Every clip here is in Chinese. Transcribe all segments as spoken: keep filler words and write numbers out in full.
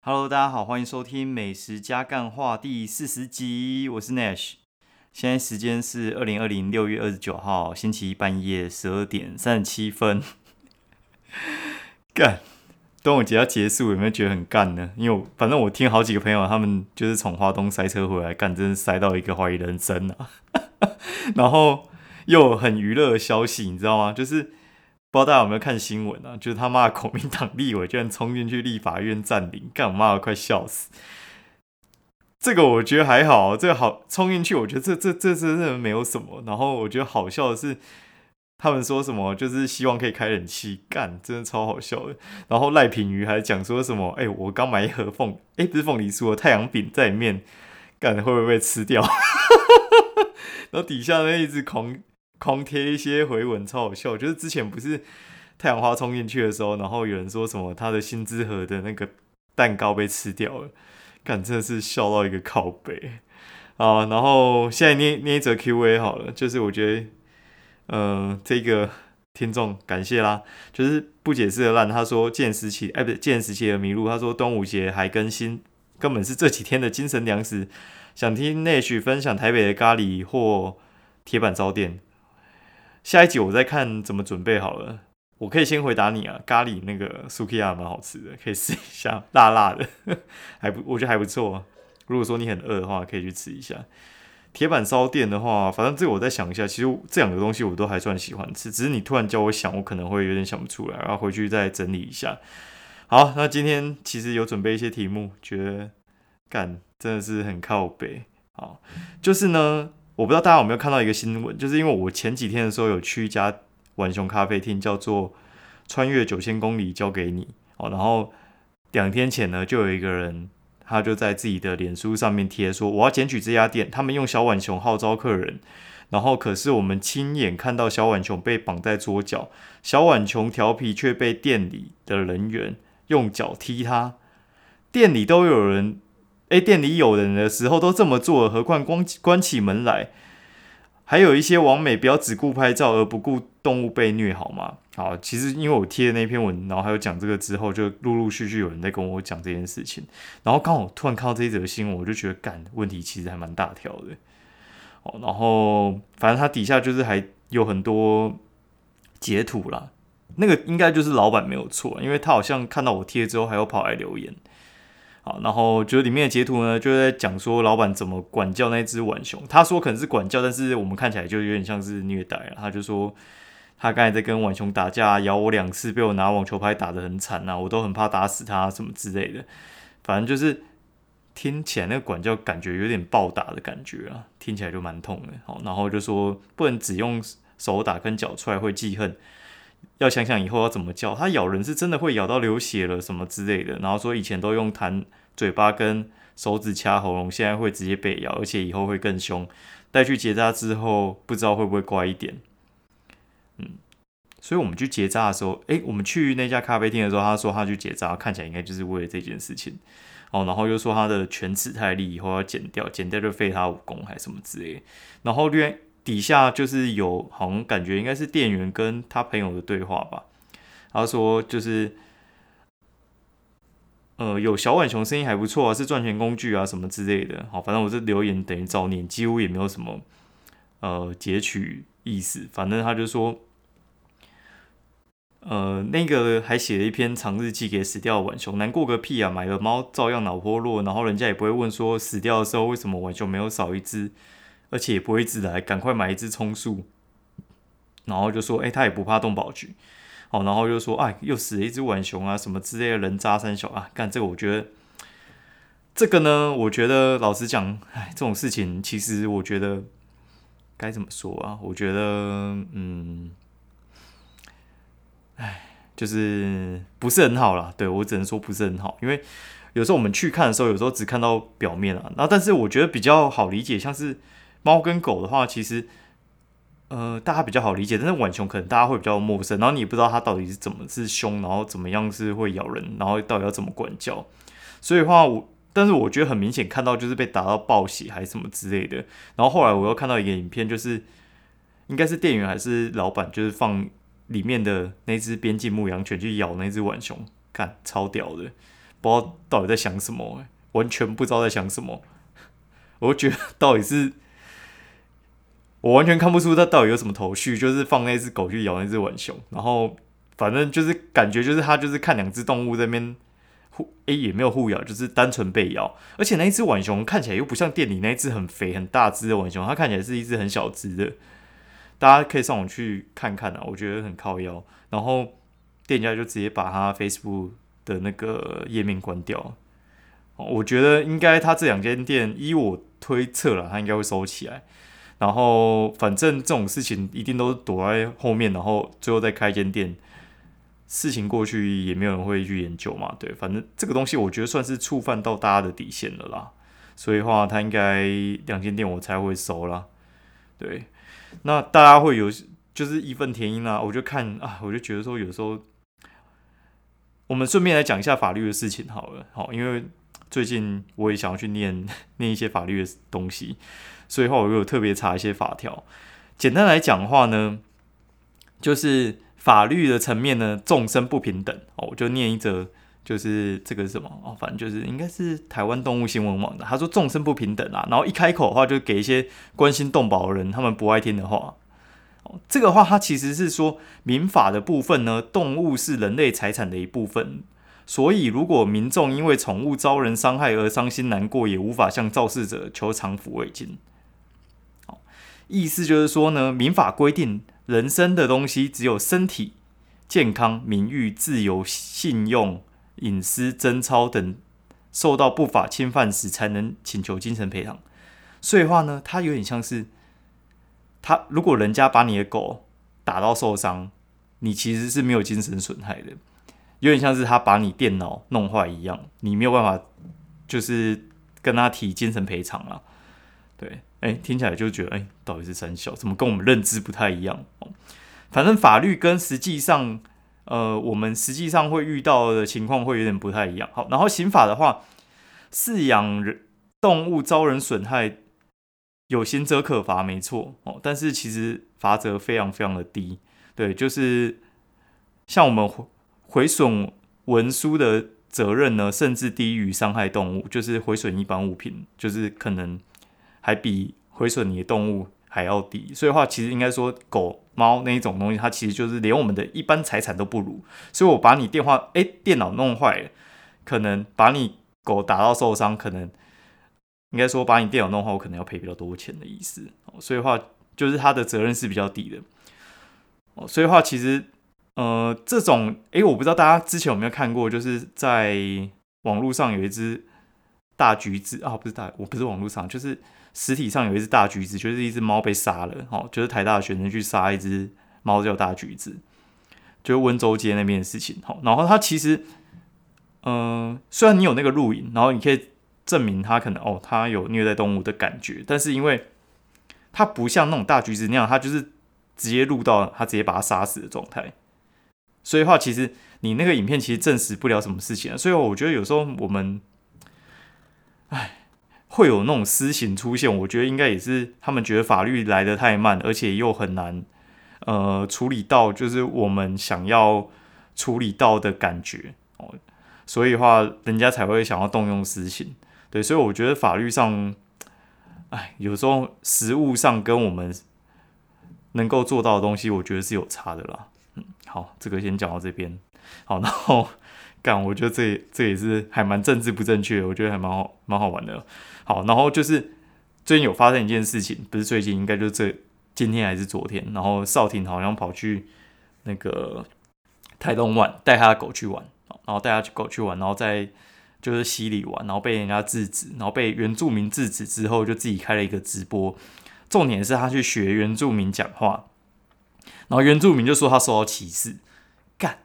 Hello，大家好，欢迎收听美食加干话第四十集，我是 Nash。现在时间是二零二零六月二十九号星期一半夜十二点三十七分。干，端午节要结束，有没有觉得很干呢？因为我反正我听好几个朋友，他们就是从花东塞车回来，干，真是塞到一个怀疑人生啊。然后又有很娱乐的消息，你知道吗？就是不知道大家有没有看新闻啊？就是他妈的国民党立委居然冲进去立法院占领，干我妈的快笑死！这个我觉得还好，这个好冲进去，我觉得这这这真的没有什么。然后我觉得好笑的是，他们说什么就是希望可以开冷气，干真的超好笑的。然后赖品妤还讲说什么，哎、欸，我刚买一盒凤，哎、欸，不是凤梨酥的太阳饼在里面，干会不会被吃掉？然后底下呢一直狂狂贴一些回文，超好笑。就是之前不是太阳花冲进去的时候，然后有人说什么他的新之盒的那个蛋糕被吃掉了，干真的是笑到一个靠北啊。然后现在念念一则 Q A 好了，就是我觉得，呃，这个听众感谢啦，就是不解释的烂，他说见时期，哎、欸、不是见时期的迷路，他说端午节还更新，根本是这几天的精神粮食。想听内许分享台北的咖喱或铁板烧店，下一集我再看怎么准备好了。我可以先回答你啊，咖喱那个 Sukiya 蛮好吃的，可以试一下，辣辣的，还不我觉得还不错。如果说你很饿的话，可以去吃一下。铁板烧店的话，反正这个我再想一下。其实这两个东西我都还算喜欢吃，只是你突然叫我想，我可能会有点想不出来，然后回去再整理一下。好，那今天其实有准备一些题目，觉得干真的是很靠北。好，就是呢，我不知道大家有没有看到一个新闻，就是因为我前几天的时候有去一家浣熊咖啡厅，叫做穿越九千公里交给你。哦，然后两天前呢，就有一个人，他就在自己的脸书上面贴说，我要检举这家店，他们用小浣熊号召客人，然后可是我们亲眼看到小浣熊被绑在桌角，小浣熊调皮却被店里的人员用脚踢他，店里都有人，哎，店里有人的时候都这么做了，何况关关起门来。还有一些网美不要只顾拍照而不顾动物被虐，好吗？好，其实因为我贴的那篇文，然后还有讲这个之后，就陆陆续续有人在跟我讲这件事情，然后刚好突然看到这一则新闻，我就觉得干问题其实还蛮大条的。哦，然后反正他底下就是还有很多截图啦，那个应该就是老板没有错，因为他好像看到我贴之后，还有跑来留言。好，然后就是里面的截图呢，就在讲说老板怎么管教那只浣熊。他说可能是管教，但是我们看起来就有点像是虐待了。他就说他刚才在跟浣熊打架，咬我两次，被我拿网球拍打得很惨啊，我都很怕打死他什么之类的。反正就是听起来那个管教感觉有点暴打的感觉啊，听起来就蛮痛的。好，然后就说不能只用手打跟脚踹会记恨。要想想以后要怎么叫，它咬人是真的会咬到流血了什么之类的。然后说以前都用弹嘴巴跟手指掐喉咙，现在会直接被咬，而且以后会更凶。带去结扎之后，不知道会不会乖一点。嗯，所以我们去结扎的时候，哎，我们去那家咖啡厅的时候，他说他去结扎，看起来应该就是为了这件事情。哦，然后又说他的犬齿太利，以后要剪掉，剪掉就废他武功还是什么之类的。然后另外底下就是有好像感觉应该是店员跟他朋友的对话吧。他说就是呃有小浣熊声音还不错啊，是赚钱工具啊什么之类的。好，反正我这留言等于照念，几乎也没有什么呃截取意思。反正他就说。呃，那个还写了一篇长日记给死掉的浣熊，难过个屁啊！买了猫照样脑波弱，然后人家也不会问说死掉的时候为什么浣熊没有少一只，而且也不会一直来，赶快买一只充数。然后就说，哎、欸，他也不怕动保局，哦，然后就说，哎，又死了一只浣熊啊，什么之类的人渣三小啊，干这个我觉得，这个呢，我觉得老实讲，哎，这种事情其实我觉得该怎么说啊？我觉得，嗯。就是不是很好啦，对我只能说不是很好，因为有时候我们去看的时候，有时候只看到表面啊，然后但是我觉得比较好理解，像是猫跟狗的话，其实呃大家比较好理解，但是浣熊可能大家会比较陌生，然后你也不知道它到底是怎么是凶，然后怎么样是会咬人，然后到底要怎么管教，所以的话我。但是我觉得很明显看到就是被打到爆血还是什么之类的，然后后来我又看到一个影片，就是应该是店员还是老板，就是放里面的那只边境牧羊犬去咬那只浣熊，看超屌的。 不知道到底在想什么、欸，完全不知道在想什么。我就觉得到底是，我完全看不出他到底有什么头绪，就是放那只狗去咬那只浣熊，然后反正就是感觉就是他就是看两只动物在那边互，诶、欸、也没有互咬，就是单纯被咬。而且那一只浣熊看起来又不像店里那一只很肥很大只的浣熊，它看起来是一只很小只的。大家可以上网去看看啊，我觉得很靠腰。然后店家就直接把他 Facebook 的那个页面关掉。我觉得应该他这两间店，依我推测啦，他应该会收起来。然后反正这种事情一定都是躲在后面，然后最后再开一间店，事情过去也没有人会去研究嘛。对，反正这个东西我觉得算是触犯到大家的底线了啦。所以的话，他应该两间店我才会收啦。对，那大家会有就是义愤填膺啊，我就看啊，我就觉得说有时候，我们顺便来讲一下法律的事情好了，好，因为最近我也想要去念念一些法律的东西，所以的话我有特别查一些法条。简单来讲的话呢，就是法律的层面呢，众生不平等。哦，我就念一则，就是这个是什么哦，反正就是应该是台湾动物新闻网的。他说众生不平等啊，然后一开口的话就给一些关心动保的人他们不爱听的话。哦，这个话它其实是说民法的部分呢，动物是人类财产的一部分。所以，如果民众因为宠物遭人伤害而伤心难过，也无法向肇事者求偿抚慰金。意思就是说呢，民法规定，人身的东西只有身体健康、名誉、自由、信用、隐私、贞操等受到不法侵犯时，才能请求精神赔偿。所以的话呢，它有点像是，他如果人家把你的狗打到受伤，你其实是没有精神损害的。有点像是他把你电脑弄坏一样，你没有办法就是跟他提精神赔偿啦。对，哎，听起来就觉得，哎，到底是三小，怎么跟我们认知不太一样？反正法律跟实际上，呃，我们实际上会遇到的情况会有点不太一样。好，然后刑法的话，饲养动物遭人损害，有刑责可罚，没错哦，但是其实罚则非常非常的低。对，就是像我们毁损文书的责任呢，甚至低于伤害动物，就是毁损一般物品，就是可能还比毁损你的动物还要低。所以的话，其实应该说狗、猫那一种东西，它其实就是连我们的一般财产都不如。所以我把你电话、哎电脑弄坏了，可能把你狗打到受伤，可能应该说把你电脑弄坏，我可能要赔比较多钱的意思。所以的话，就是它的责任是比较低的。所以的话，其实。呃，这种诶，我不知道大家之前有没有看过，就是在网络上有一只大橘子啊，不是大，我不是网络上，就是实体上有一只大橘子，就是一只猫被杀了，哦，就是台大的学生去杀一只猫叫大橘子，就是温州街那边的事情，好，然后它其实，嗯、呃，虽然你有那个录影，然后你可以证明它可能哦，它有虐待动物的感觉，但是因为它不像那种大橘子那样，它就是直接录到它直接把它杀死的状态。所以的话，其实你那个影片其实证实不了什么事情啊。所以我觉得有时候我们，哎，会有那种私刑出现，我觉得应该也是他们觉得法律来得太慢，而且又很难，呃，处理到就是我们想要处理到的感觉哦。所以的话，人家才会想要动用私刑。对，所以我觉得法律上，哎，有时候实务上跟我们能够做到的东西，我觉得是有差的啦。嗯，好，这个先讲到这边。好，然后干，我觉得这这也是还蛮政治不正确的，我觉得还蛮好蛮好玩的。好，然后就是最近有发生一件事情，不是最近，应该就是这今天还是昨天，然后少廷好像跑去那个台东玩，带他的狗去玩，然后带他的狗去玩，然后再就是溪里玩，然后被人家制止，然后被原住民制止之后，就自己开了一个直播。重点是他去学原住民讲话。然后原住民就说他受到歧视，干，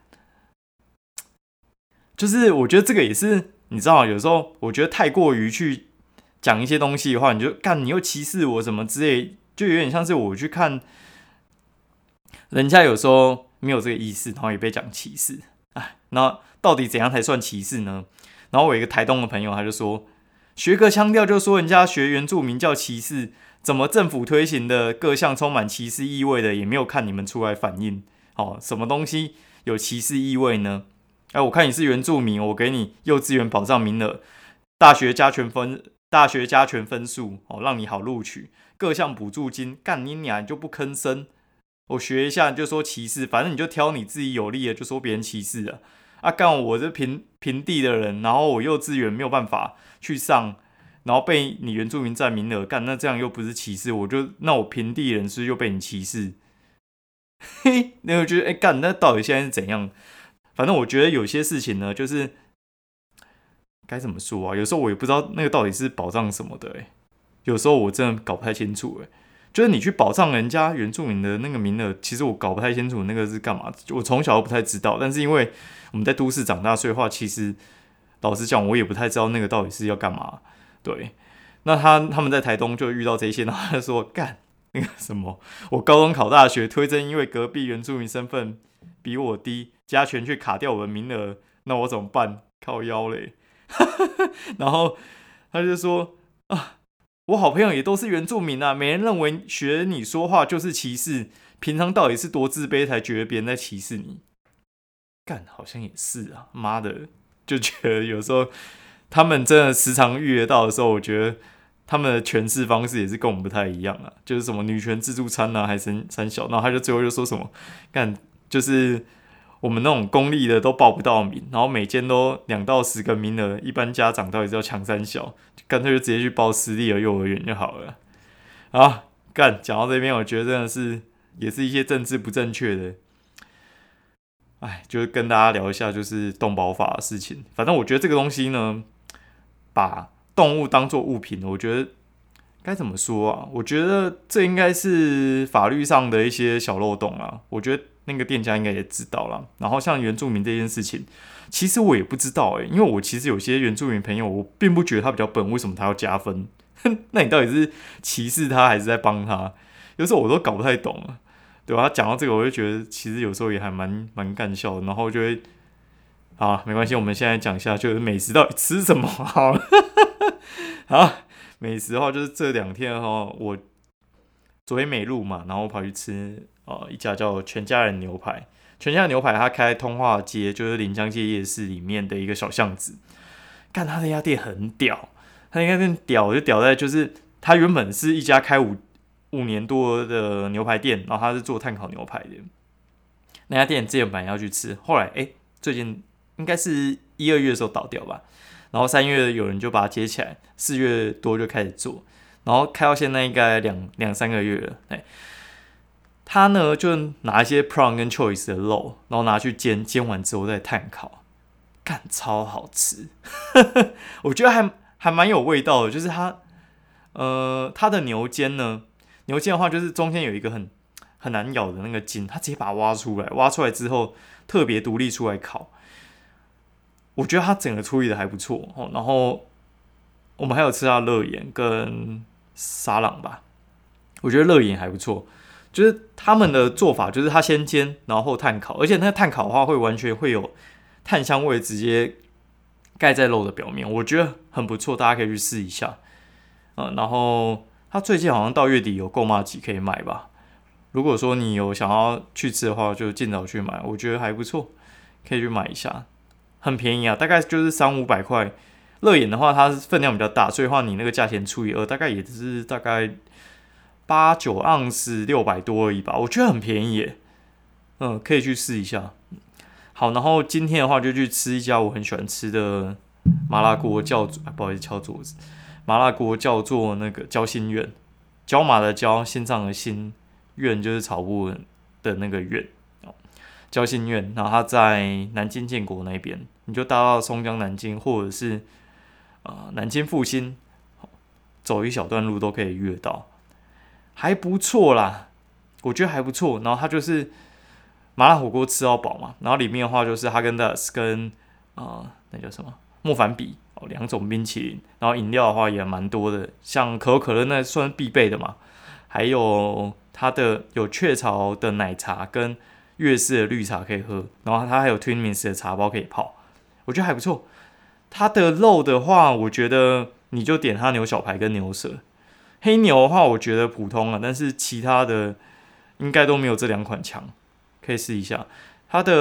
就是我觉得这个也是你知道，有时候我觉得太过于去讲一些东西的话，你就干，你又歧视我什么之类，就有点像是我去看人家有时候没有这个意思，然后也被讲歧视，哎，那到底怎样才算歧视呢？然后我有一个台东的朋友，他就说，学个腔调就说人家学原住民叫歧视。怎么政府推行的各项充满歧视意味的，也没有看你们出来反应。哦，什么东西有歧视意味呢？ 哎，我看你是原住民，我给你幼稚园保障名额，大学加权分大学加权分数哦，让你好录取，各项补助金，干你娘，你就不吭声。我学一下你就说歧视，反正你就挑你自己有利的，就说别人歧视啊。啊，干我这平平地的人，然后我幼稚园没有办法去上，然后被你原住民占名额，干那这样又不是歧视，我就那我平地人是又被你歧视。嘿，那我觉得哎干，那到底现在是怎样？反正我觉得有些事情呢，就是该怎么说啊？有时候我也不知道那个到底是保障什么的、欸，有时候我真的搞不太清楚、欸，就是你去保障人家原住民的那个名额，其实我搞不太清楚那个是干嘛。我从小都不太知道，但是因为我们在都市长大，所以话其实老实讲，我也不太知道那个到底是要干嘛。对，那他他们在台东就遇到这些，然后他就说干那个什么，我高中考大学推甄，因为隔壁原住民身份比我低，加权去卡掉我的名额，那我怎么办？靠腰嘞。然后他就说啊，我好朋友也都是原住民啊，没人认为学你说话就是歧视，平常到底是多自卑才觉得别人在歧视你？干，好像也是啊，妈的，就觉得有时候他们真的时常遇得到的时候，我觉得他们的诠释方式也是跟我们不太一样啊，就是什么女权自助餐啊，还是三小，然后他就最后就说什么干，就是我们那种公立的都报不到名，然后每间都两到十个名额，一般家长到底是要抢三小，干脆就直接去报私立的幼儿园就好了。好，干，讲到这边，我觉得真的是也是一些政治不正确的。哎，就是跟大家聊一下，就是动保法的事情。反正我觉得这个东西呢，把动物当作物品，我觉得该怎么说啊？我觉得这应该是法律上的一些小漏洞啊。我觉得那个店家应该也知道啦。然后像原住民这件事情，其实我也不知道哎、欸，因为我其实有些原住民朋友，我并不觉得他比较笨，为什么他要加分？那你到底是歧视他还是在帮他？有时候我都搞不太懂啊。对吧？他讲到这个，我就觉得其实有时候也还蛮蛮干笑的，然后就会好，没关系，我们现在讲一下，就是美食到底吃什么好了。好，美食的话就是这两天哈，我昨天没录嘛，然后我跑去吃呃一家叫全家人牛排，全家人牛排它开在通化街，就是临江街夜市里面的一个小巷子。干，他那家店很屌，他那家店屌就屌在就是他原本是一家开五。五年多的牛排店，然后他是做炭烤牛排的。那家店之前本来要去吃，后来哎、欸，最近应该是一二月的时候倒掉吧。然后三月有人就把它接起来，四月多就开始做，然后开到现在应该两两三个月了。哎，他呢就拿一些 prawn 跟 choice 的肉，然后拿去煎，煎完之后再炭烤，干超好吃。我觉得还还蛮有味道的，就是它呃它的牛肩呢。牛腱的话，就是中间有一个很很难咬的那个筋，它直接把它挖出来，挖出来之后特别独立出来烤。我觉得它整个处理的还不错哦。然后我们还有吃它的乐眼跟沙朗吧，我觉得乐眼还不错。就是他们的做法，就是它先煎，然后炭烤，而且那个炭烤的话会完全会有炭香味直接盖在肉的表面，我觉得很不错，大家可以去试一下。嗯，然后。他最近好像到月底有购麻吉可以买吧？如果说你有想要去吃的话，就尽早去买，我觉得还不错，可以去买一下，很便宜啊，大概就是三五百块。乐眼的话，它分量比较大，所以话你那个价钱除以二，大概也是大概八九盎司六百多而已吧，我觉得很便宜耶。嗯，可以去试一下。好，然后今天的话就去吃一家我很喜欢吃的麻辣锅，叫做、啊、不好意思敲桌子。麻辣锅叫做那个椒心苑，椒麻的椒，心脏的心，苑就是草布的那个苑，椒心苑。然后它在南京建国那边，你就搭到松江南京或者是、呃、南京复兴，走一小段路都可以遇得到，还不错啦，我觉得还不错。然后它就是麻辣火锅吃到饱嘛，然后里面的话就是哈根达斯跟啊、呃、那叫什么莫凡比。两种冰淇淋，然后饮料的话也蛮多的，像可口可乐那算必备的嘛，还有它的有雀巢的奶茶跟粤式的绿茶可以喝，然后它还有 Twinings 的茶包可以泡，我觉得还不错。它的肉的话，我觉得你就点它牛小排跟牛舌，黑牛的话我觉得普通啊，但是其他的应该都没有这两款强，可以试一下。它的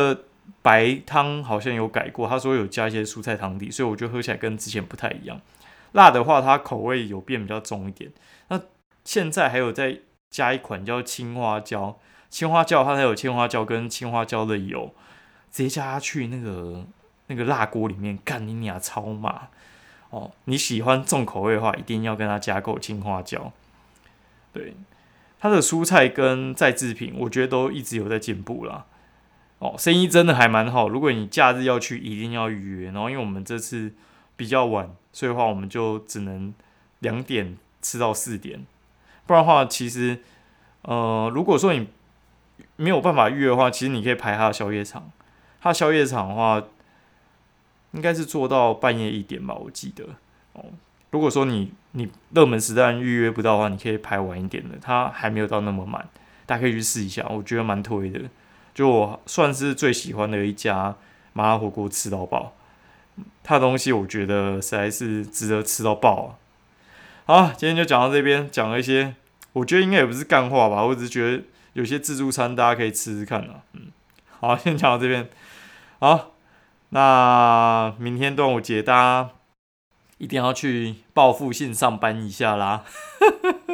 白汤好像有改过，他说有加一些蔬菜汤底，所以我觉得喝起来跟之前不太一样。辣的话，它口味有变比较重一点。那现在还有再加一款叫青花椒，青花椒它还有青花椒跟青花椒的油，直接加下去那个那个辣锅里面，干你娘超麻哦！你喜欢重口味的话，一定要跟它加购青花椒。对，它的蔬菜跟再制品，我觉得都一直有在进步啦。哦，生意真的还蛮好。如果你假日要去，一定要预约。然后，因为我们这次比较晚，所以的话我们就只能两点吃到四点。不然的话，其实呃，如果说你没有办法预约的话，其实你可以排他的宵夜场。他的宵夜场的话，应该是做到半夜一点吧，我记得。哦，如果说你你热门时段预约不到的话，你可以排晚一点的，他还没有到那么满，大家可以去试一下，我觉得蛮推的。就我算是最喜欢的一家麻辣火锅，吃到饱。它的东西我觉得实在是值得吃到爆啊！好，今天就讲到这边，讲了一些，我觉得应该也不是干话吧，我只是觉得有些自助餐大家可以吃吃看啊。嗯，好，先讲到这边。好，那明天端午节大家一定要去报复性上班一下啦。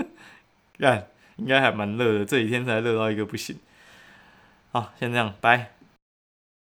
干，应该还蛮热的，这几天才热到一个不行。好，先这样，拜。